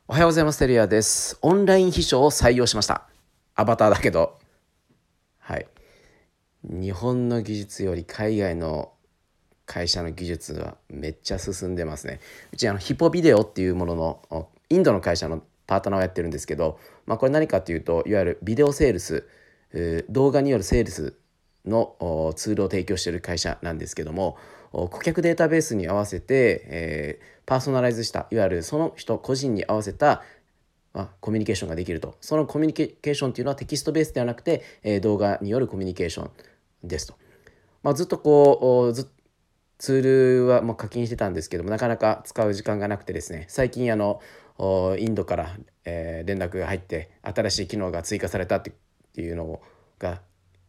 おはようございます。テリアです。オンライン秘書を採用しました。アバターだけど。はい。日本の技術より海外の会社の技術はめっちゃ進んでますね。うちヒポビデオっていうもののインドの会社のパートナーをやってるんですけど、これ何かというと、いわゆるビデオセールス、動画によるセールスのツールを提供している会社なんですけども、顧客データベースに合わせて、パーソナライズしたいわゆるその人個人に合わせたコミュニケーションができると。そのコミュニケーションというのはテキストベースではなくて、動画によるコミュニケーションですと。ずっとツールは課金してたんですけども、なかなか使う時間がなくてですね、最近インドから、連絡が入って新しい機能が追加されたっていうのが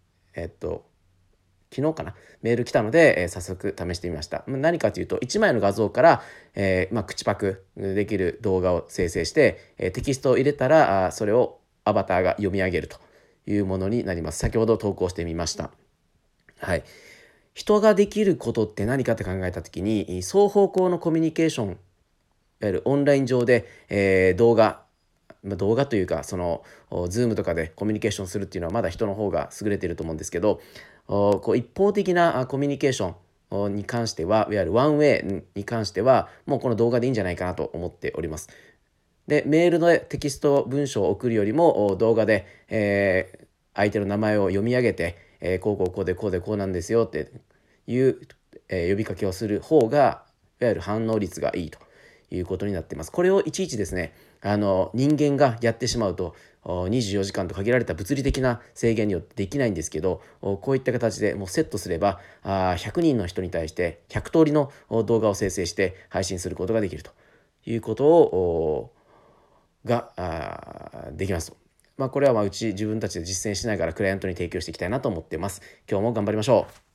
昨日かなメール来たので、早速試してみました。何かというと、1枚の画像から、口パクできる動画を生成して、テキストを入れたらそれをアバターが読み上げるというものになります。先ほど投稿してみました。はい。人ができることって何かって考えたときに、双方向のコミュニケーション、いわゆるオンライン上で、動画というか、Zoom とかでコミュニケーションするっていうのはまだ人の方が優れていると思うんですけど、一方的なコミュニケーションに関しては、いわゆるワンウェイに関してはもうこの動画でいいんじゃないかなと思っております。で、メールのテキスト文章を送るよりも動画で、相手の名前を読み上げて、こうこうこうでこうでこうなんですよっていう、呼びかけをする方がいわゆる反応率がいいということになっています。これをいちいちですね、人間がやってしまうと24時間と限られた物理的な制限によってできないんですけど、こういった形でもうセットすれば100人の人に対して100通りの動画を生成して配信することができるということをできますと。これは自分たちで実践しながらクライアントに提供していきたいなと思っています。今日も頑張りましょう。